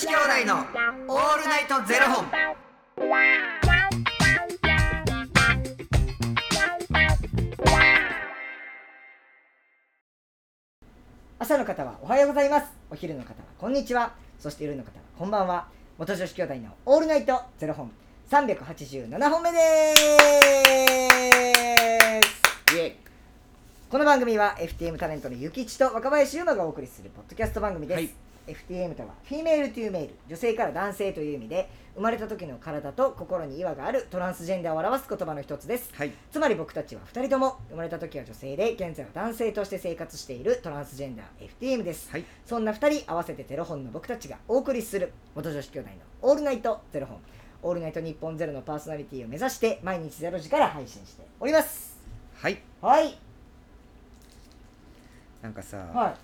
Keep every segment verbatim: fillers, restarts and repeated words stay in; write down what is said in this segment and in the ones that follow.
子兄弟のオールナイトゼロ本。 朝の方はおはようございます。お昼の方はこんにちは。そして夜の方はこんばんは。元女子兄弟のオールナイトゼロ本さんびゃくはちじゅうななほんめです。イエイ。この番組は エフティーエム タレントのゆきちと若林優馬がお送りするポッドキャスト番組です、はい。エフティーエム とはフィメールトゥーメール、女性から男性という意味で、生まれた時の体と心に違和があるトランスジェンダーを表す言葉の一つです、はい。つまり僕たちはふたりとも生まれた時は女性で現在は男性として生活しているトランスジェンダー エフティーエム です、はい。そんなふたり合わせてゼロ本の僕たちがお送りする元女子兄弟のオールナイトゼロ本、オールナイト日本ゼロのパーソナリティを目指して毎日ゼロ時から配信しております。 はいはい。 なんかさ、 はい、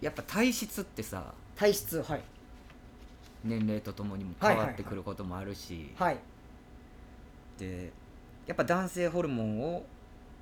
やっぱ体質ってさ、 体質、はい、 年齢とともにも変わってくることもあるし、 はいはいはい、 でやっぱ男性ホルモンを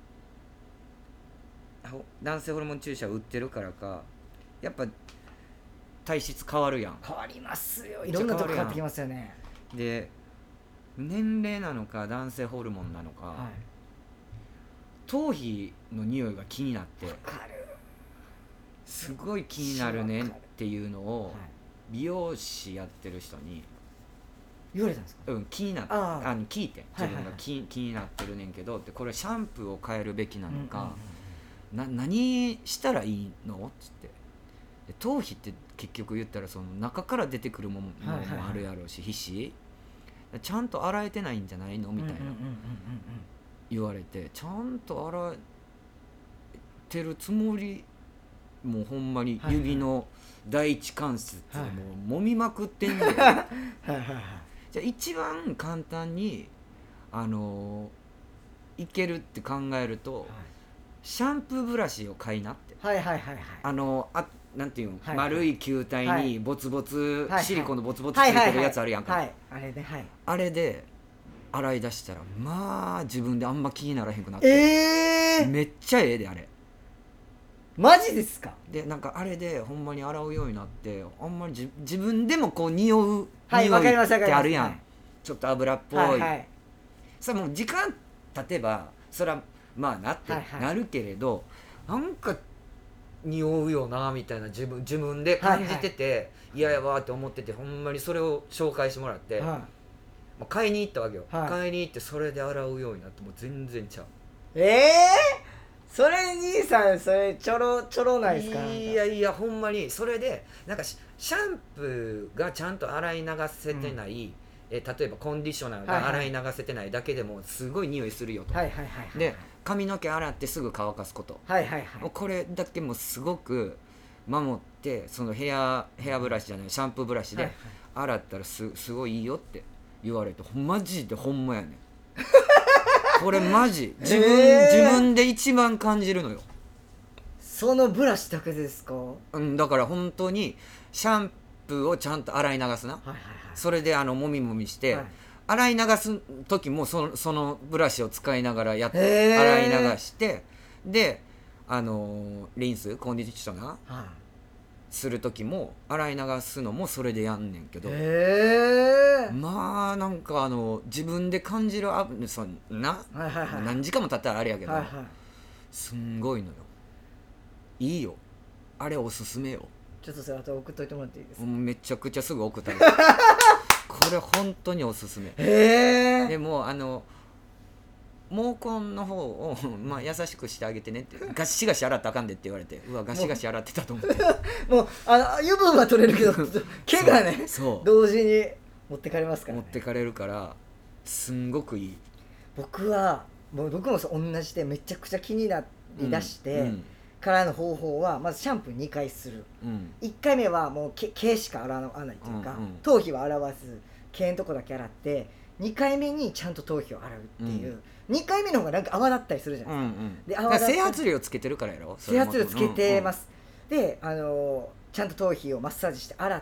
男性ホルモン注射を打ってるからか、やっぱ体質変わるやん。 変わりますよ。いろんなとこ変わってきますよね。 で年齢なのか男性ホルモンなのか、はい、頭皮の匂いが気になって、 わかる、 すごい気になるねっていうのを美容師やってる人に言われたんですか？ うん、気になって、あの聞いて自分が気、はいはいはい、気になってるねんけどって、これシャンプーを変えるべきなのか、うんうんうん、な何したらいいのっつって、で頭皮って結局言ったらその中から出てくるものもあるやろうし、皮脂ちゃんと洗えてないんじゃないのみたいな言われて、ちゃんと洗えてるつもり、もうほんまに指の第一関節もう揉みまくってんのよじゃあ一番簡単にあのいけるって考えると、はい、シャンプーブラシを買いなって、 はいはいはいはい、 あのあなんていうの、はいはい、丸い球体にボツボツ、はいはい、シリコンのボツボツついてるやつあるやんか、 はいはいはい、あれで、はい、 あれで洗い出したら、まあ自分であんま気にならへんくなって、 えー、 めっちゃええであれ。 マジですか？ でなんかあれでほんまに洗うようになって、あんまりじ自分でもこう匂う、 はい、 匂いってあるやん、 はい、 ちょっと油っぽい、はいはい、それもう時間経てばそれはまあなってなるけれど、はいはい、なんか匂うよなみたいな自分自分で感じてて、嫌、はいはい、やわって思ってて、ほんまにそれを紹介してもらって、はい、もう買いに行ったわけよ、はい、買いに行ってそれで洗うようになって、もう全然ちゃう。 ええーそれ兄さん、それちょろちょろないですか？ いやいやほんまにそれでなんかシャンプーがちゃんと洗い流せてない、うん、え例えばコンディショナーが洗い流せてないだけでもすごい匂いするよと、 はいはいはいはい、 で髪の毛洗ってすぐ乾かすこと、 はいはいはい、 もうこれだけもすごく守って、そのヘアヘアブラシじゃないシャンプーブラシで洗ったら す, すごいいいよって言われて、マジでほんまやねんこれマジ自分、えー、自分で一番感じるのよ。 そのブラシだけですか？ うん、だから本当にシャンプーをちゃんと洗い流すな、はいはいはい、それであのもみもみして、はい、洗い流す時も そ, そのブラシを使いながらやって、えー、洗い流して、であのリンスコンディショナー、はい、する時も洗い流すのもそれでやんねんけど、 えー、 まあなんかあの自分で感じるあそんな、はいはいはい、何時間も経ったらあれやけど、はいはい、すんごいのよ。いいよあれ、おすすめよ。 ちょっとそれあと送っといてもらっていいですか？ めちゃくちゃすぐ送ったこれ本当におすすめ。 へー。 でもあの毛根の方を、まあ、優しくしてあげてねって、ガシガシ洗ったらあかんでって言われて、うわガシガシ洗ってたと思ってもうあの油分は取れるけど毛がねそう同時に持ってかれますからね。 持ってかれるからすんごくいい。 僕はもう僕も同じでめちゃくちゃ気になりだして、うんうん、からの方法はまずシャンプーにかいする、うん、いっかいめはもう 毛, 毛しか洗わないというか、うんうん、頭皮は洗わず毛のとこだけ洗って、にかいめにちゃんと頭皮を洗うっていう、うん、にかいめの方がなんか泡立ったりするじゃないですか、うんうん、で泡立った整髪料つけてるからやろ。 整髪料つけてます、うんうん、で、あのー、ちゃんと頭皮をマッサージして洗って、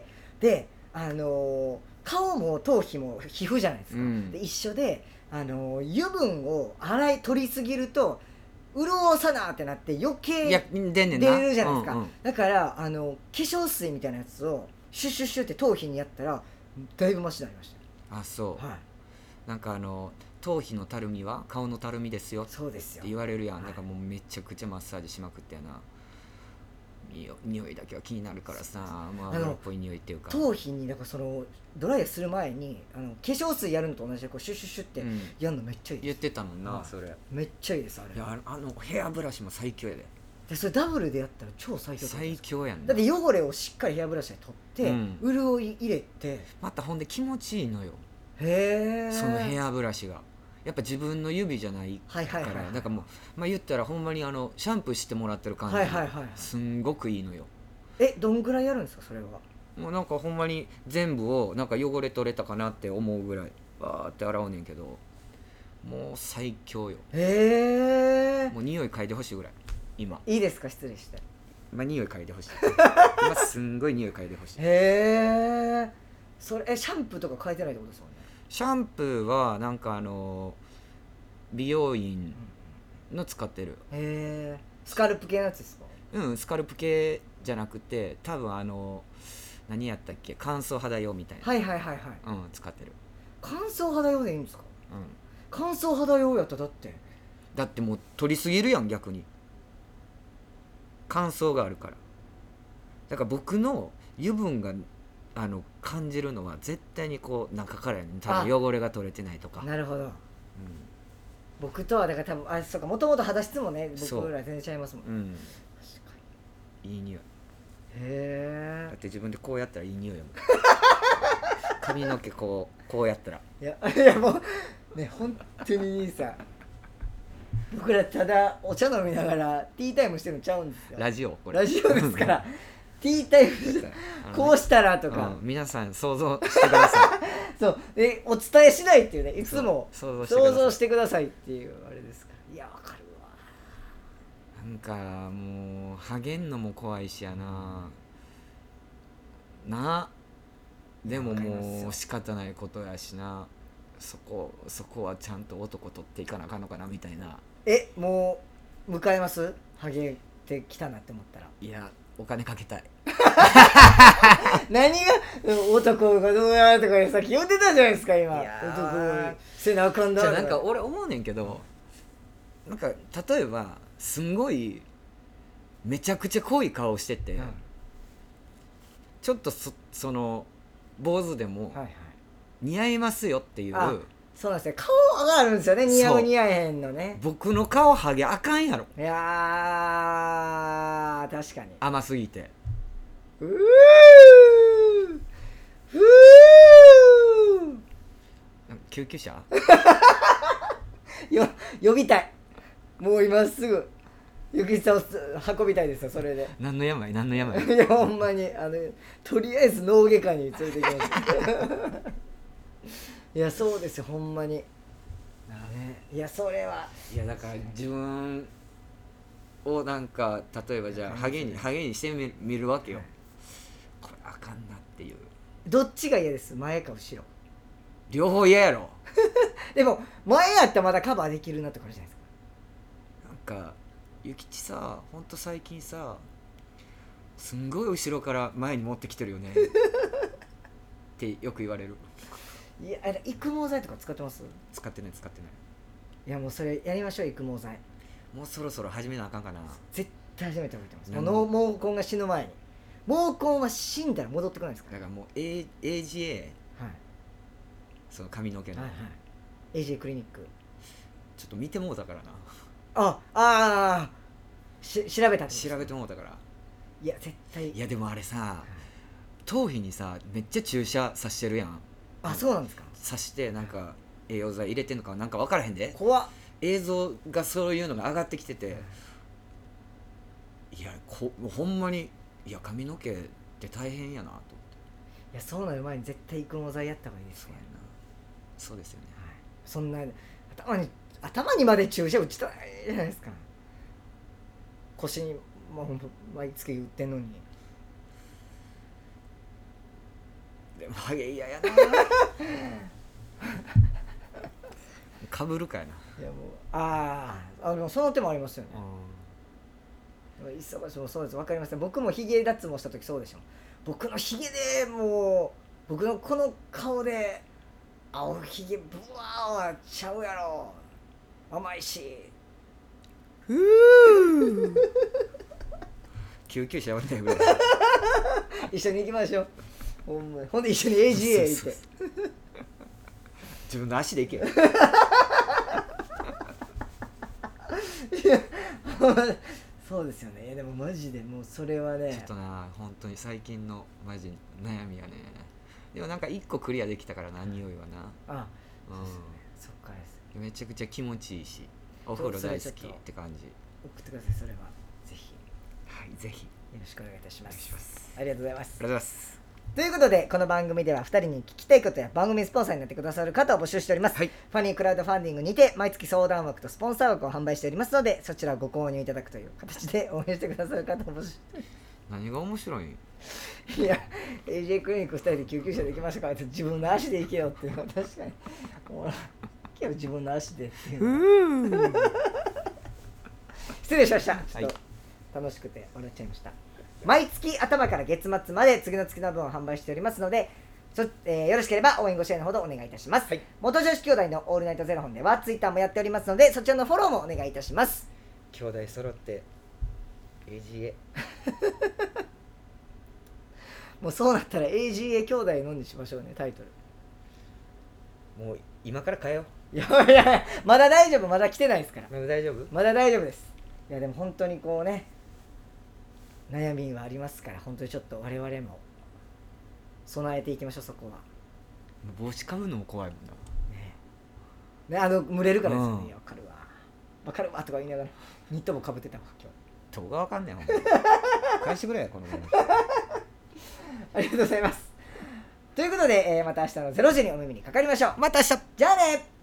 で、あのー、顔も頭皮も皮膚じゃないですか、うん、で一緒で、あのー、油分を洗い取りすぎると潤さなってなって余計いや出んねんな出るじゃないですか、 うんうん、 だからあの化粧水みたいなやつをシュッシュッシュって頭皮にやったらだいぶマシになりました。 あそう、 はい、 なんかあの頭皮のたるみは顔のたるみですよってそうですよ言われるやん、 はい、 だからもうめちゃくちゃマッサージしまくってやな、匂いだけは気になるからさ、まあ、油っぽい匂いっていうか頭皮にだからそのドライヤーする前にあの化粧水やるのと同じでこうシュッシュッシュッってやるのめっちゃいいです、 言ってたもんな、 はい、 それめっちゃいいですあれ。 いやあのヘアブラシも最強やで。 でそれダブルでやったら超最強最強やんな。 だって汚れをしっかりヘアブラシで取って、うん、潤い入れてまたほんで気持ちいいのよ。 へえ。 そのヘアブラシがやっぱ自分の指じゃないから、はいはいはいはい、だからもう、まあ、言ったらほんまにあのシャンプーしてもらってる感じ、はいはいはいはい、すんごくいいのよ。 えどんぐらいやるんですかそれは。 もうなんかほんまに全部をなんか汚れ取れたかなって思うぐらいバーって洗うねんけど、もう最強よ。 へえ。 もう匂い嗅いでほしいぐらい今。 いいですか失礼して。 今匂い嗅いでほしい今すんごい匂い嗅いでほしい。 へえ。それえシャンプーとか変えてないってことですもんね。 シャンプーはなんかあの美容院の使ってる。 へえ。スカルプ系のやつですか。 うん、スカルプ系じゃなくて多分あの何やったっけ、乾燥肌用みたいな。 はいはいはいはい、 うん、使ってる。 乾燥肌用でいいんですか。 うん、 乾燥肌用やったらだってだってもう取りすぎるやん逆に。乾燥があるから。だから僕の油分があの感じるのは絶対にこう中からやねん。多分汚れが取れてないとか。 なるほど、 うん、 僕とはだから多分あそうか、もともと肌質もね僕ら全然違いますもん、うん、 確かにいい匂い。へえ。 だって自分でこうやったらいい匂いやもん髪の毛こうこうやったらいやいやもうね本当にさ僕らただお茶飲みながらティータイムしてるのちゃうんですよ。 ラジオこれラジオですからティータイムこうしたらとか、 うん、皆さん想像してくださいそうでお伝えしないっていうね、いつも想像してくださいっていうあれですから。いやわかるわ。 なんかもう励んのも怖いしやなな。でももう仕方ないことやしな。そこそこはちゃんと男取っていかなあかんのかなみたいな。 えもう迎えます、励ってきたなって思ったら。 いやお金かけたい何が男がどうやとかさっき言ってたじゃないですか今。男せなあかんだ。 じゃあなんか俺思うねんけど、なんか例えばすんごいめちゃくちゃ濃い顔してて、うん、ちょっと そ, その坊主でも似合いますよっていう、はいはい、 そうなんですよ。顔があるんですよね、似合う似合えへんのね。 僕の顔ハゲあかんやろ。 いや確かに甘すぎて。うーふー救急車よ呼びたい。もう今すぐゆきさんを運びたいですよそれで。 何の病何の病いやほんまにあのとりあえず脳外科に連れて行きますいやそうですよほんまに、ね、いやそれはいやだから自分をなんか例えばじゃあハゲにハゲにしてみ る, 見るわけよ。これあかんなっていう。 どっちが嫌です、前か後ろ。 両方嫌やろでも前やったらまだカバーできるなとかあるじゃないですか。なんかゆきちさほんと最近さすんごい後ろから前に持ってきてるよねってよく言われる。 いや育毛剤とか使ってます？ 使ってない使ってない。 いやもうそれやりましょう育毛剤。 もうそろそろ始めなあかんかな。 絶対始めてもらってます。もう毛根が死ぬ前に。毛根は死んだら戻ってこないですか。 だからもう エージェー、 はい、 その髪の毛の、はいはい、 エージェー クリニックちょっと見てもうたからな。 ああし調べた調べてもうたから。 いや絶対いやでもあれさ、はい、頭皮にさめっちゃ注射さしてるやん。 あそうなんですか。 さしてなんか栄養剤入れてんのかなんか分からへんで。 怖っ。映像がそういうのが上がってきてて、いやこほんまにいや髪の毛って大変やなと思って。 いやそうなる前に絶対育毛剤やった方がいいですね。 そうですよね、 はい、そんな頭に頭にまで注射打ちたいじゃないですか。腰にもう毎月打ってんのに。でもハゲ嫌やなかぶるかやな。 いやもうあーあでもその手もありますよね。 う忙しいもそうです。わかります。僕もヒゲ脱毛した時そうでしょ。僕のヒゲでもう僕のこの顔で青ひげブワーはちゃうやろ、甘いしふう救急車呼んでくれ一緒に行きましょう。ほんまにほんで一緒に エージーエー 行ってそうそうそう自分の足で行けよいやそうですよね。いやでもマジでもうそれはねちょっとな本当に最近のマジ悩みやね。でもなんか一個クリアできたから何よりはな。 あ、 うんそっからです。 めちゃくちゃ気持ちいいしお風呂大好きって感じ。 送ってください。それはぜひはいぜひよろしくお願いいたします。 お願いします。 ありがとうございます。 ありがとうございます。 ということでこの番組ではふたりに聞きたいことや番組スポンサーになってくださる方を募集しております、 はい、 ファニークラウドファンディングにて毎月相談枠とスポンサー枠を販売しておりますのでそちらをご購入いただくという形で応援してくださる方を募集しております。 何が面白いん？ いや エージェー クリニックふたりで救急車で行きましたからって自分の足で行けよっていうのは確かにもうけど自分の足でっていうのは失礼しました。ちょっと楽しくて笑っちゃいました。毎月頭から月末まで次の月の分を販売しておりますのでそ、えー、よろしければ応援ご支援のほどお願いいたします、はい、元女子兄弟のオールナイトゼロ本ではツイッターもやっておりますのでそちらのフォローもお願いいたします。 兄弟揃って エージーエーもうそうなったら エージーエー 兄弟のにしましょうね。タイトルもう今から変えよう。いやいやまだ大丈夫。まだ来てないですから。 まだ大丈夫？ まだ大丈夫です。いやでも本当にこうね悩みはありますから本当にちょっと我々も備えていきましょう。そこは帽子かぶるのも怖いもんな、 ねね、あの群れるからですよね、 うん、 いや分かるわ分かるわとか言いながらニットもかぶってたわ今日どうが分かんねんほんま返してくれやこのありがとうございます。ということで、えー、また明日のゼロ時にお耳にかかりましょう。 また明日。 じゃあね。